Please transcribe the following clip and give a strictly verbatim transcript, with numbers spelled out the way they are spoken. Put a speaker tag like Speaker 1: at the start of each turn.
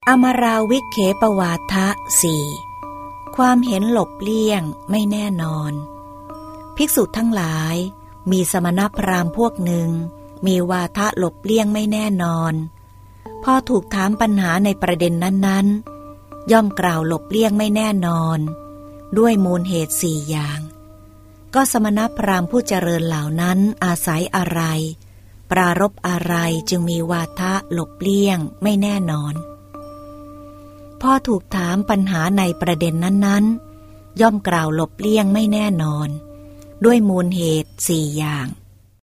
Speaker 1: อมราวิเขปวาทะสี่ความเห็นหลบเลี่ยงไม่แน่นอนภิกษุทั้งหลายมีสมณพราหมณ์พวกหนึ่งมีวาทะหลบเลี่ยงไม่แน่นอนพอถูกถามปัญหาในประเด็นนั้นๆย่อมกล่าวหลบเลี่ยงไม่แน่นอนด้วยมูลเหตุสี่อย่างก็สมณพราหมณ์ผู้เจริญเหล่านั้นอาศัยอะไรปรารภอะไรจึงมีวาทะหลบเลี่ยงไม่แน่นอนพอถูกถามปัญหาในประเด็นนั้นๆย่อมกล่าวหลบเลี่ยงไม่แน่นอนด้วยมูลเหตุสี่อย่าง